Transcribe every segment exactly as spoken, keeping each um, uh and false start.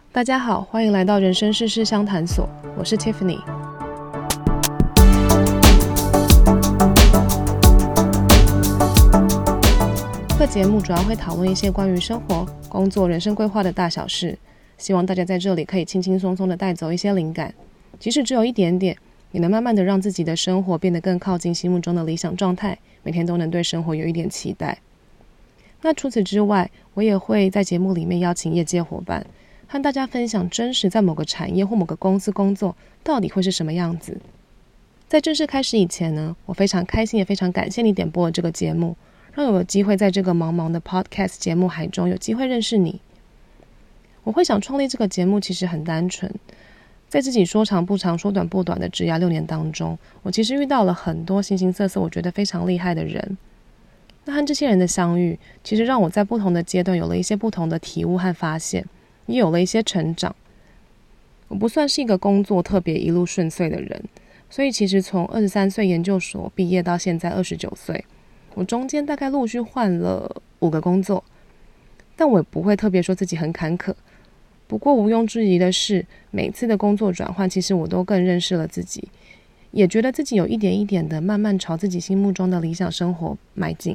大家好，欢迎来到人生世事相谈所，我是 Tiffany。 这个节目主要会讨论一些关于生活、工作、人生规划的大小事，希望大家在这里可以轻轻松松的带走一些灵感，即使只有一点点，也能慢慢的让自己的生活变得更靠近心目中的理想状态，每天都能对生活有一点期待。那除此之外，我也会在节目里面邀请业界伙伴，和大家分享真实在某个产业或某个公司工作到底会是什么样子。在正式开始以前呢，我非常开心也非常感谢你点播了这个节目，让我有机会在这个茫茫的 podcast 节目海中有机会认识你。我会想创立这个节目其实很单纯，在自己说长不长说短不短的职涯六年当中，我其实遇到了很多形形色色我觉得非常厉害的人。那和这些人的相遇，其实让我在不同的阶段有了一些不同的体悟和发现，也有了一些成长。我不算是一个工作特别一路顺遂的人，所以其实从二十三岁研究所毕业到现在二十九岁，我中间大概陆续换了五个工作，但我也不会特别说自己很坎坷。不过毋庸置疑的是，每次的工作转换，其实我都更认识了自己，也觉得自己有一点一点的慢慢朝自己心目中的理想生活迈进。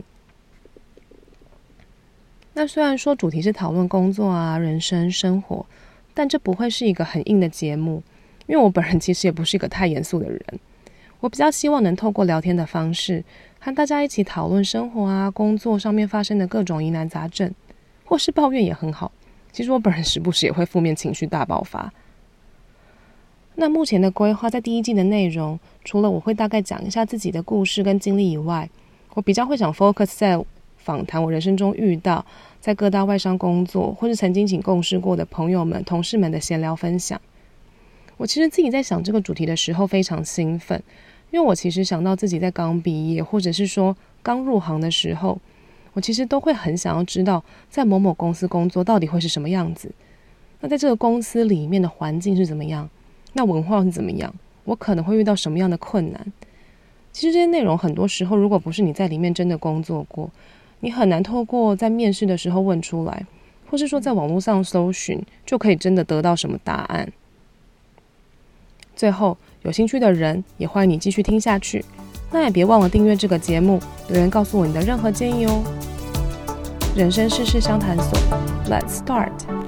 那虽然说主题是讨论工作啊、人生、生活，但这不会是一个很硬的节目，因为我本人其实也不是一个太严肃的人。我比较希望能透过聊天的方式，和大家一起讨论生活啊、工作上面发生的各种疑难杂症，或是抱怨也很好。其实我本人时不时也会负面情绪大爆发。那目前的规划，在第一季的内容，除了我会大概讲一下自己的故事跟经历以外，我比较会想 focus 在访谈我人生中遇到在各大外商工作或是曾经请共事过的朋友们、同事们的闲聊分享。我其实自己在想这个主题的时候非常兴奋，因为我其实想到自己在刚毕业或者是说刚入行的时候，我其实都会很想要知道在某某公司工作到底会是什么样子，那在这个公司里面的环境是怎么样，那文化是怎么样，我可能会遇到什么样的困难。其实这些内容很多时候如果不是你在里面真的工作过，你很难透过在面试的时候问出来，或是说在网络上搜寻就可以真的得到什么答案。最后有兴趣的人也欢迎你继续听下去，那也别忘了订阅这个节目，留言告诉我你的任何建议哦。人生世事相谈所 Let's start